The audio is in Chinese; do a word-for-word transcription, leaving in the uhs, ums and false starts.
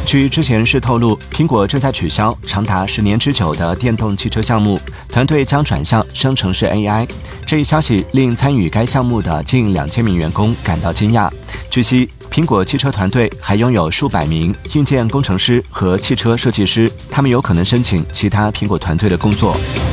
据知情人士透露，苹果正在取消长达十年之久的电动汽车项目，团队将转向生成式 A I。这一消息令参与该项目的近两千名员工感到惊讶。据悉，苹果汽车团队还拥有数百名硬件工程师和汽车设计师，他们有可能申请其他苹果团队的工作。